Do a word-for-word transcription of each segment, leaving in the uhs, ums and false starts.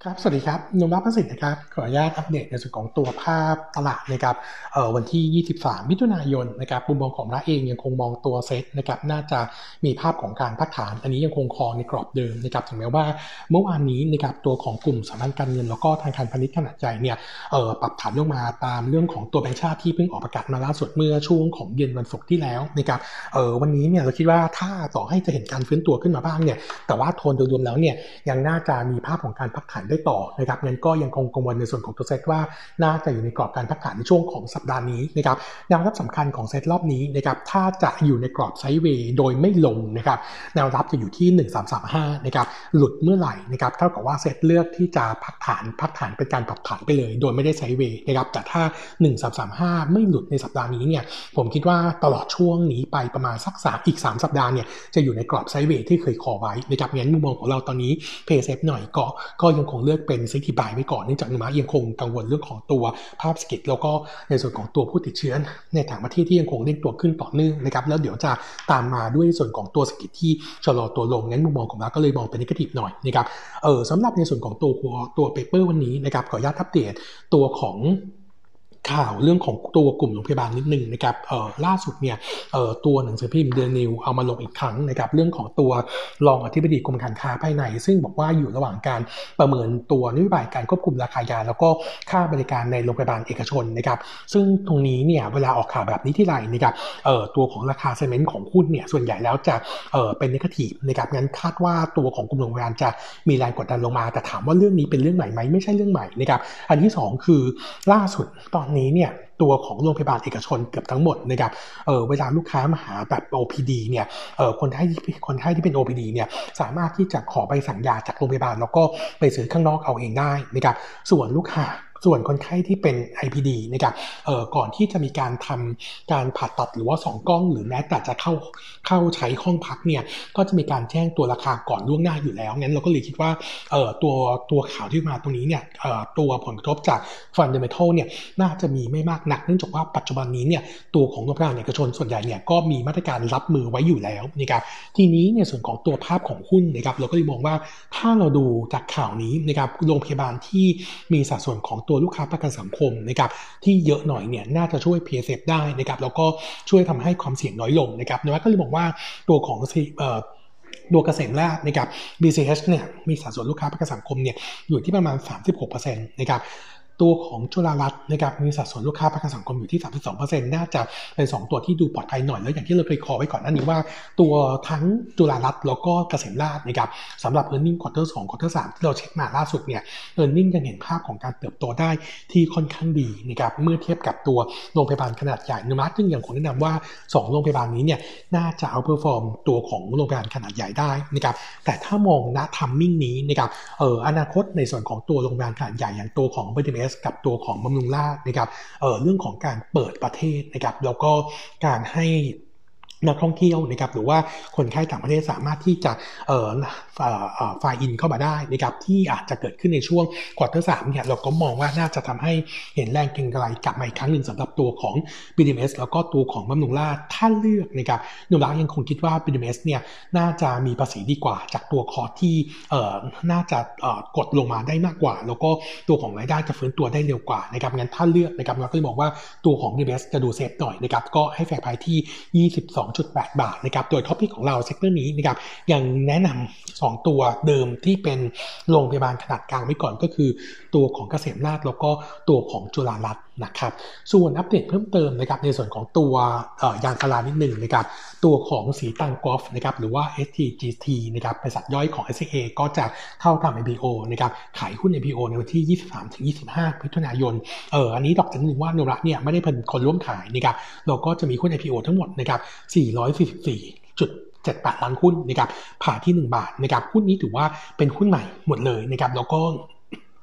ครับสวัสดีครับนนท์ ประสิทธิ์นะครับขออนุญาตอัปเดตในส่วนของตัวภาพตลาดนะครับเอ่อวันที่ยี่สิบสามมิถุนายนนะครับมุมมองของเราเองยังคงมองตัวเซ็ตนะครับน่าจะมีภาพของการพักฐานอันนี้ยังคงคอในกรอบเดิมนะครับถึงแม้ว่าเมื่อวานนี้นะครับตัวของกลุ่มสถาบันการเงินแล้วก็ธนาคารพาณิชย์ขนาดใหญ่เนี่ยเอ่อปรับฐานลงมาตามเรื่องของตัวแบงก์ชาติที่เพิ่งออกประกาศมาล่าสุดเมื่อช่วงของเย็นวันศุกร์ที่แล้วนะครับเอ่อวันนี้เนี่ยเราคิดว่าถ้าต่อให้จะเห็นการฟื้นตัวขึ้นมาบ้างเนี่ยแต่ว่าโทนโดยรวมแล้วเนี่ยยังน่าจะมีภาพของการพักฐานได้ต่อนะครับงั้นก็ยังคงกังวลในส่วนของตัวเซตว่าน่าจะอยู่ในกรอบการพักฐานในช่วงของสัปดาห์นี้นะครับแนวรับสำคัญของเซตรอบนี้นะครับถ้าจะอยู่ในกรอบไซด์เวย์โดยไม่ลงนะครับแนวรับจะอยู่ที่หนึ่งพันสามร้อยสามสิบห้านะครับหลุดเมื่อไหร่นะครับเท่ากับว่าเซตเลือกที่จะพักฐานพักฐานเป็นการปรับฐานไปเลยโดยไม่ได้ไซด์เวย์นะครับแต่ถ้าหนึ่งพันสามร้อยสามสิบห้าไม่หลุดในสัปดาห์นี้เนี่ยผมคิดว่าตลอดช่วงนี้ไปประมาณสักสามอีกสามสัปดาห์เนี่ยจะอยู่ในกรอบไซด์เวย์ที่เคยขอไว้นะครับงั้นมุมมองของเราตอนนี้เพย์เซฟหน่อยก็ก็ยังคงเลือกเป็นเซ็กทีบายไว้ก่อนเนื่องจากนุมะยังคงกังวลเรื่องของตัวภาพเศรษฐกิจแล้วก็ในส่วนของตัวผู้ติดเชื้อในต่างประเทศที่ยังคงเร่งตัวขึ้นต่อเนื่องนะครับแล้วเดี๋ยวจะตามมาด้วยส่วนของตัวเศรษฐกิจที่ชะลอตัวลงงั้นมุมมองของเราก็เลยมองเป็นนิเกทีฟหน่อยนะครับเออสำหรับในส่วนของตัวตัวเปเปอร์วันนี้นะครับขออนุญาตอัปเดตตัวของข่าวเรื่องของตัวกลุ่มโรงพยาบาลนิดนึงนะครับเอ่อล่าสุดเนี่ยเอ่อตัวหนังสือพิมพ์เดอะนิวเอามาลงอีกครั้งนะครับเรื่องของตัวรองอธิบดีกรมการค้าภายในซึ่งบอกว่าอยู่ระหว่างการประเมินตัวนโยบายการควบคุมราคายาแล้วก็ค่าบริการในโรงพยาบาลเอกชนนะครับซึ่งตรงนี้เนี่ยเวลาออกข่าวแบบนี้ที่ไรนะครับเอ่อตัวของราคาเซมนต์ของหุ้นเนี่ยส่วนใหญ่แล้วจะเอ่อเป็นเนกาทีฟนะครับงั้นคาดว่าตัวของกลุ่มโรงพยาบาลจะมีแรงกดดันลงมาแต่ถามว่าเรื่องนี้เป็นเรื่องใหม่ไหมไม่ใช่เรื่องใหม่นะครับอันที่สองคือล่าสุดตอนนี้เนี่ยตัวของโรงพยาบาลเอกชนเกือบทั้งหมดนะครับเออเวลาลูกค้ามาหาแบบ โอ พี ดี เนี่ยเออคนไข้คนไข้ที่เป็น โอ พี ดี เนี่ยสามารถที่จะขอใบสั่งยาจากโรงพยาบาลแล้วก็ไปซื้อข้างนอกเอาเองได้นะครับส่วนลูกค้าส่วนคนไข้ที่เป็น ไอ พี ดี นะครับเอ่อก่อนที่จะมีการทำการผ่าตัดหรือว่าสองกล้องหรือแม้แต่จะเข้าเข้าใช้ห้องพักเนี่ยก็จะมีการแจ้งตัวราคาก่อนล่วงหน้าอยู่แล้วงั้นเราก็เลยคิดว่าเอ่อตัวตัวข่าวที่มาตรงนี้เนี่ยเอ่อตัวผลกระทบจาก Fundamental เนี่ยน่าจะมีไม่มากนักเนื่องจากว่าปัจจุบันนี้เนี่ยตัวของโรงพยาบาลเอกชนส่วนใหญ่เนี่ยก็มีมาตรการรับมือไว้อยู่แล้วนะครับทีนี้ในส่วนของตัวภาพของหุ้นนะครับเราก็เลยมองว่าถ้าเราดูจากข่าวนี้นะครับโรงพยาบาลที่มีสัดส่วนของตัวลูกค้าประกันสังคมนะครับที่เยอะหน่อยเนี่ยน่าจะช่วย พี เอส เอฟ ได้นะครับแล้วก็ช่วยทำให้ความเสี่ยงน้อยลงนะครับนวัดก็เลยบอกว่าตัวของเอ่อตัวเกษมราษฎร์นะครับ บี ซี เอช เนี่ยมีสัดส่วนลูกค้าประกันสังคมเนี่ยอยู่ที่ประมาณ สามสิบหกเปอร์เซ็นต์ นะครับตัวของจุฬารัตน์นะครับมีสัดส่วนลูกค้าประกันสังคมอยู่ที่ สามสิบสองเปอร์เซ็นต์ น่าจะเป็นสองตัวที่ดูปลอดภัยหน่อยแล้วอย่างที่เราเคยขอไว้ก่อนหน้านี้ว่าตัวทั้งจุฬารัตน์แล้วก็เกษมราษฎร์นะครับสำหรับ earning quarter สอง quarter สามที่เราเช็คมาล่าสุดเนี่ย earning ยังเห็นภาพของการเติบโตได้ที่ค่อนข้างดีนะครับเมื่อเทียบกับตัวโรงพยาบาลขนาดใหญ่นุมัติซึ่งยังคงแนะนำว่าสองโรงพยาบาลนี้เนี่ยน่าจะเอาเพอร์ฟอร์มตัวของโรงพยาบาลขนาดใหญ่ได้นะครับแต่ถ้ามองณทัมมิ่งนี้นะครับเอ่ออนาคตในส่วนของตัวโรงพยาบาลขนาดใหญ่อย่างตัวของ บี ที เอ็ม เอส กับตัวของบำรุงราษฎร์นะครับเอ่อเรื่องของการเปิดประเทศนะครับแล้วก็การให้นักท่องเที่ยวนะครับหรือว่าคนไข้ต่างประเทศสามารถที่จะเอ่อไฟล์อินเข้ามาได้นะครับที่อาจจะเกิดขึ้นในช่วงควอเตอร์สามเนี่ยเราก็มองว่าน่าจะทำให้เห็นแรงเก็งกำไรกลับมาอีกครั้งหนึ่งสำหรับตัวของ บี ที เอ็ม เอส แล้วก็ตัวของบำรุงราษฎร์ถ้าเลือกนะครับนุรักยังคงคิดว่า บี ที เอ็ม เอส เนี่ยน่าจะมีภาษีดีกว่าจากตัวคอร์สที่เอ่อน่าจะเอ่อกดลงมาได้มากกว่าแล้วก็ตัวของรายได้จะฟื้นตัวได้เร็วกว่านะครับงั้นถ้าเลือกนะครับเราก็จะบอกว่าตัวของ บี ที เอ็ม เอส จะดูเซฟหน่อยนะครับก็ให้แฟร์ไพรซ์ที่ ยี่สิบสองจุดแปด บาทนะครับโดยท็อปพิกของเราเซกเตอร์นี้นะครับยังแนะนำสองตัวเดิมที่เป็นโรงพยาบาลขนาดกลางไว้ก่อนก็คือตัวของเกษมราษฎร์แล้วก็ตัวของจุฬารัตน์นะครับส่วนอัปเดตเพิ่มเติมนะครับในส่วนของตัวยางพารานิดหนึ่งนะครับตัวของสีตังกอล์ฟนะครับหรือว่า เอส ที จี ที นะครับบริษัทย่อยของ เอส ซี เอ ก็จะเข้าทำ ไอ พี โอ นะครับขายหุ้น ไอ พี โอ ในวันที่ ยี่สิบสามถึงยี่สิบห้า มิถุนายนเอออันนี้ดอกจันหนึ่งว่าโนรักเนี่ยไม่ได้เป็นคนร่วมขายนะครับเราก็จะมีหุ้น ไอ พี โอ ทั้งหมดนะครับสี่ร้อยสี่สิบสี่จุดเจ็ดแปดล้านหุ้นนะครับผ่าที่หนึ่งบาทนะครับหุ้นนี้ถือว่าเป็นหุ้นใหม่หมดเลยนะครับแล้วก็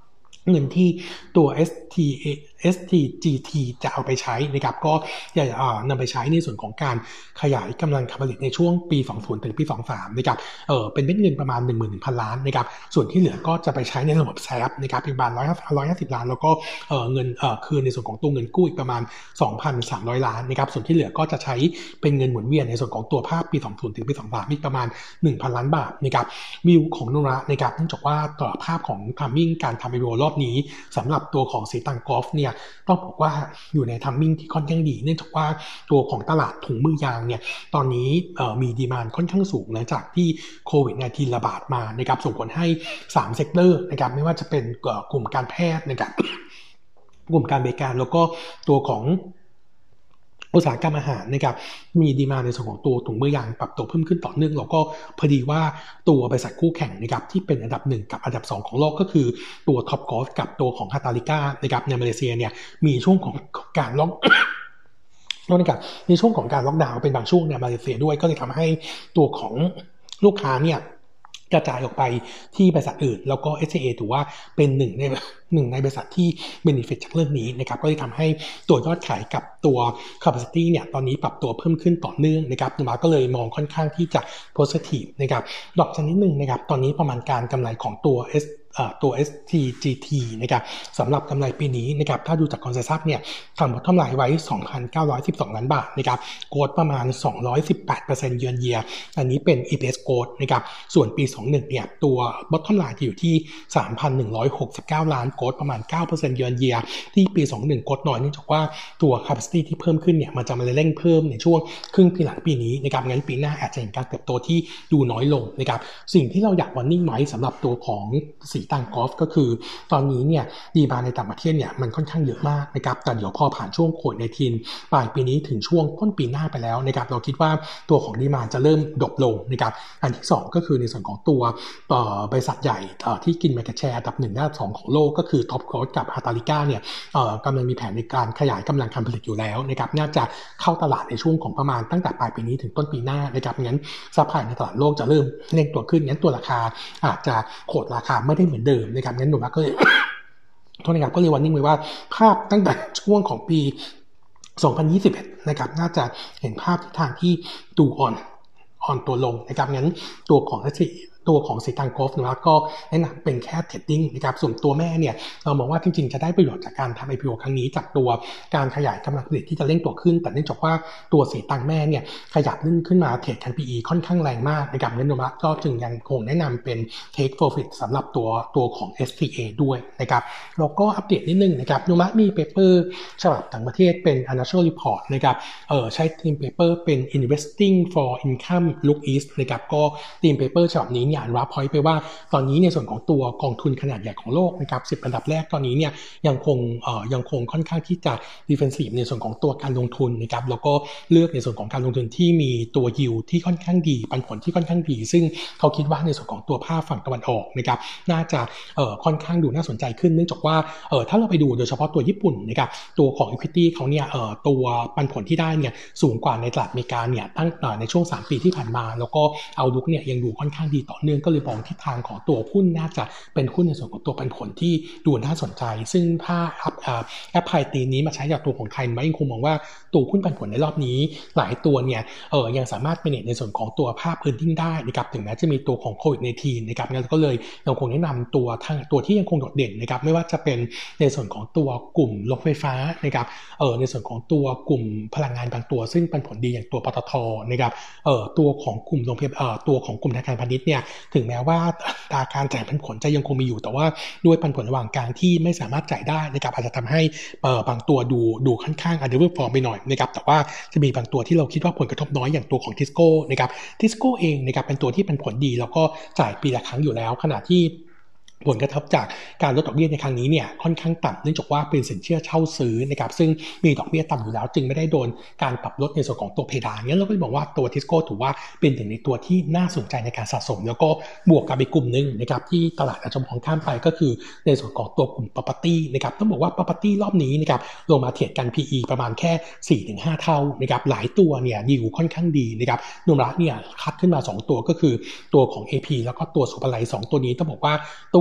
เงินที่ตัว เอส ที เอส ที จี ที จะเอาไปใช้นะครับก็จะนำไปใช้ในส่วนของการขยายกำลังการผลิตในช่วงปีสองสิบถึงปีสองสิบสามนะครับเออเป็นเม็ดเงินประมาณ หนึ่งหมื่นหนึ่งพัน ล้านนะครับส่วนที่เหลือก็จะไปใช้ในระบบแซฟนะครับอีกประมาณหนึ่งร้อยห้าสิบล้านแล้วก็เออเงินเออคืนในส่วนของตัวเงินกู้อีกประมาณ สองพันสามร้อย ล้านนะครับส่วนที่เหลือก็จะใช้เป็นเงินหมุนเวียนในส่วนของตัวภาพปีสองสิบถึงปีสองสิบสามอีกประมาณ หนึ่งพัน ล้านบาทนะครับวิวของนุระนะครับเนื่องจากว่าต่อภาพของทัมมิ่งการทำ ไอ พี โอ รอบนี้สำหรับตัวของสีตังกอล์ฟเนี่ยต้องบอกว่าอยู่ในทัมมิ่งที่ค่อนข้างดีเนื่องจากว่าตัวของตลาดถุงมือยางเนี่ยตอนนี้มีดีมานด์ค่อนข้างสูงหลังจากที่โควิด สิบเก้า ระบาดมานะครับส่งผลให้สามเซกเตอร์นะครับไม่ว่าจะเป็นกลุ่มการแพทย์นะครับกลุ่มการบริการแล้วก็ตัวของอุตสาหกรรมอาหารนะครับมีดีมาในส่วนของตัวถุงมือยางปรับตัวเพิ่มขึ้นต่อเนื่องแล้วก็พอดีว่าตัวบริษัทคู่แข่งนะครับที่เป็นอันดับหนึ่งกับอันดับสองของโลกก็คือตัวท็อปกอล์ฟกับตัวของฮาตาลิก้านะครับในมาเลเซียเนี่ยมีช่วงของการล็อกนอกจากในช่วงของการล็อกดาวน์เป็นบางช่วงในมาเลเซียด้วยก็เลยทำให้ตัวของลูกค้าเนี่ยกระจายออกไปที่บริษัทอื่นแล้วก็ เอส ซี เอ ถือว่าเป็นหนึ่งในหนึ่งในบริษัทที่ benefit จากเรื่องนี้นะครับก็เลยทำให้ตัวยอดขายกับตัว capacity เนี่ยตอนนี้ปรับตัวเพิ่มขึ้นต่อเนื่องนะครับนุมาก็เลยมองค่อนข้างที่จะ positive นะครับดอกจันนิดนึงนะครับตอนนี้ประมาณการกำไรของตัว Sตัว เอส ที จี ที นะครับสำหรับกำไรปีนี้นะครับถ้าดูจากคอนเซนซัสเนี่ยทำผลกำไรไว้ สองพันเก้าร้อยสิบสอง ล้านบาทนะครับโกรธประมาณ สองร้อยสิบแปดเปอร์เซ็นต์ เยือนเยียอันนี้เป็น อี พี เอส โกรธนะครับส่วนปีสองสิบเอ็ดเนี่ยตัว bottom line อยู่ที่ สามพันหนึ่งร้อยหกสิบเก้า ล้านโกรธประมาณ เก้าเปอร์เซ็นต์ เยือนเยียที่ปีสองสิบเอ็ดโกรธน้อยเนื่องจากว่าตัว capacity ที่เพิ่มขึ้นเนี่ยมันจะมาเร่งเพิ่มในช่วงครึ่งปีหลังปีนี้นะครับงั้นปีหน้าอาจจะเห็นการเติบโตที่ดูน้อยลงนะครับสิ่งที่เราอยากวอร์นิ่งไว้สำหรับตัวของสีตังกอล์ฟก็คือตอนนี้เนี่ยดีมานด์ในต่างประเทศเนี่ยมันค่อนข้างเยอะมากนะครับแต่เดี๋ยวพอผ่านช่วงโควิด สิบเก้า ปลายปีนี้ถึงช่วงต้นปีหน้าไปแล้วนะครับเราคิดว่าตัวของดีมานด์จะเริ่มดรอปลงนะครับอันที่สองก็คือในส่วนของตัวบริษัทใหญ่ที่กิน market share อันดับหนึ่งอันดับสองของโลกก็คือท็อปโค้ชกับฮาตาลิก้าเนี่ยกำลังมีแผนในการขยายกำลังการผลิตอยู่แล้วนะครับน่าจะเข้าตลาดในช่วงของประมาณตั้งแต่ปลายปีนี้ถึงต้นปีหน้านะครับงั้นซัพพลายในตลาดโลกจะเริ่มเร่งตัวขึ้นงั้นตัวราคาอาจจะโขดราคาไม่ได้เหมือนเดิมนะครับงั้นหนูว่าก็โทษนะครับก็เลยวันนิ่งไว้ว่าภาพตั้งแต่ช่วงของปีสองพันยี่สิบเอ็ดนะครับน่าจะเห็นภาพทิศทางที่ดูอ่อนอ่อนตัวลงนะครับงั้นตัวของตัวของสีตังกอล์ฟนะครับก็แนะนำเป็นแค่เทรดดิ้งนะครับส่วนตัวแม่เนี่ยเรามองว่าจริงๆจะได้ประโยชน์จากการทำ ไอ พี โอ ครั้งนี้จากตัวการขยายกำลังผลิตที่จะเร่งตัวขึ้นแต่เนื่องจากว่าตัวสีตังแม่เนี่ยขยับขึ้นมาเทรดกัน พี อี ค่อนข้างแรงมากนะครับงั้นนุมะก็จึงยังคงแนะนำเป็น take profit สำหรับตัวตัวของ เอส ที เอ ด้วยนะครับแล้วก็อัปเดตนิดนึงนะครับนุมะมีเปเปอร์ฉบับต่างประเทศเป็น financial report นะครับเออใช้ทีมเปเปอร์เป็น investing for income look east นะครับก็ทีมเปเปอร์ฉบับนี้อ่านว่าพอยต์ไปว่าตอนนี้ในส่วนของตัวกองทุนขนาดใหญ่ของโลกนะครับสิบอันดับแรกตอนนี้เนี่ยยังคงเอ่อยังคงค่อนข้างที่จะ defensive ในส่วนของตัวการลงทุนนะครับแล้วก็เลือกในส่วนของการลงทุนที่มีตัว yield ที่ค่อนข้างดีปันผลที่ค่อนข้างดีซึ่งเขาคิดว่าในส่วนของตัวภาคฝั่งตะวันออกนะครับน่าจะเอ่อค่อนข้างดูน่าสนใจขึ้นเนื่องจากว่าเอ่อถ้าเราไปดูโดยเฉพาะตัวญี่ปุ่นนะครับตัวของ equity เขาเนี่ยเอ่อตัวปันผลที่ได้เนี่ยสูงกว่าในตลาดอเมริกาเนี่ยตั้งในช่วงสามปีที่ผ่านมาแล้วก็เอาลุกเนี่ยยังดูค่อนข้างดีต่อเนื่องก็เลยมองทิศทางของตัวหุ้นน่าจะเป็นหุ้นในส่วนของตัวปันผลที่ดูน่าสนใจซึ่งถ้าแอปพลายตีนี้มาใช้จากตัวของไทยมันยังคงมองว่าตัวหุ้นปันผลในรอบนี้หลายตัวเนี่ยเออยังสามารถเป็นในส่วนของตัวภาพพื้นที่ได้นะครับถึงแม้จะมีตัวของโควิด สิบเก้า นะครับงั้นก็เลยยังคงแนะนำตัวทั้งตัวที่ยังคงโดดเด่นนะครับไม่ว่าจะเป็นในส่วนของตัวกลุ่มรถไฟฟ้านะครับเออในส่วนของตัวกลุ่มพลังงานบางตัวซึ่งปันผลดีอย่างตัวปตท.นะครับเออตัวของกลุ่มโรงพยาบาลเออตัวของกลุ่มธนาคารพาณิชย์เนี่ยถึงแม้ว่าอัตราการจ่ายปันผลจะยังคงมีอยู่แต่ว่าด้วยปันผลระหว่างกลางที่ไม่สามารถจ่ายได้นะครับอาจจะทำให้เอ่อบางตัวดูดูค่อนข้างอันเดอร์ฟอร์มไปหน่อยนะครับแต่ว่าจะมีบางตัวที่เราคิดว่าผลกระทบน้อยอย่างตัวของทิสโก้นะครับทิสโก้เองนะครับเป็นตัวที่เป็นผลดีแล้วก็จ่ายปีละครั้งอยู่แล้วขณะที่ผลกระทบจากการลดดอกเบี้ยในครั้งนี้เนี่ยค่อนข้างต่ำเนื่องจากว่าเป็นสินเชื่อเช่าซื้อนะครับซึ่งมีดอกเบี้ยต่ำอยู่แล้วจึงไม่ได้โดนการปรับลดในส่วนของตัวเพดานงั้นเราก็บอกว่าตัวทิสโก้ถือว่าเป็นหนึ่งในตัวที่น่าสนใจในการสะสมแล้วก็บวกกับอีกกลุ่มนึงนะครับที่ตลาดอาจจะมองข้ามไปก็คือในส่วนของตัวกลุ่ม property นะครับต้องบอกว่า property รอบนี้นะครับลงมาเทรดกัน พี อี ประมาณแค่ สี่ถึงห้า เท่านะครับหลายตัวเนี่ยยิวค่อนข้างดีนะครับนุมระเนี่ยคัดขึ้นมาสองตัวก็คือตัวของ เอ พี แล้วก็ตัวสุภาลัยสองตัวนี้ต้องบอกว่าตัว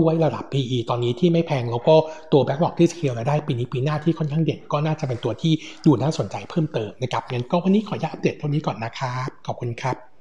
ด้วยระดับ พี อี ตอนนี้ที่ไม่แพงแล้วก็ตัว backlog ที่ scale รายได้ปีนี้ปีหน้าที่ค่อนข้างเด่นก็น่าจะเป็นตัวที่ดูน่าสนใจเพิ่มเติมนะครับงั้นก็วันนี้ขออนุญาตอัปเดตเท่านี้ก่อนนะครับขอบคุณครับ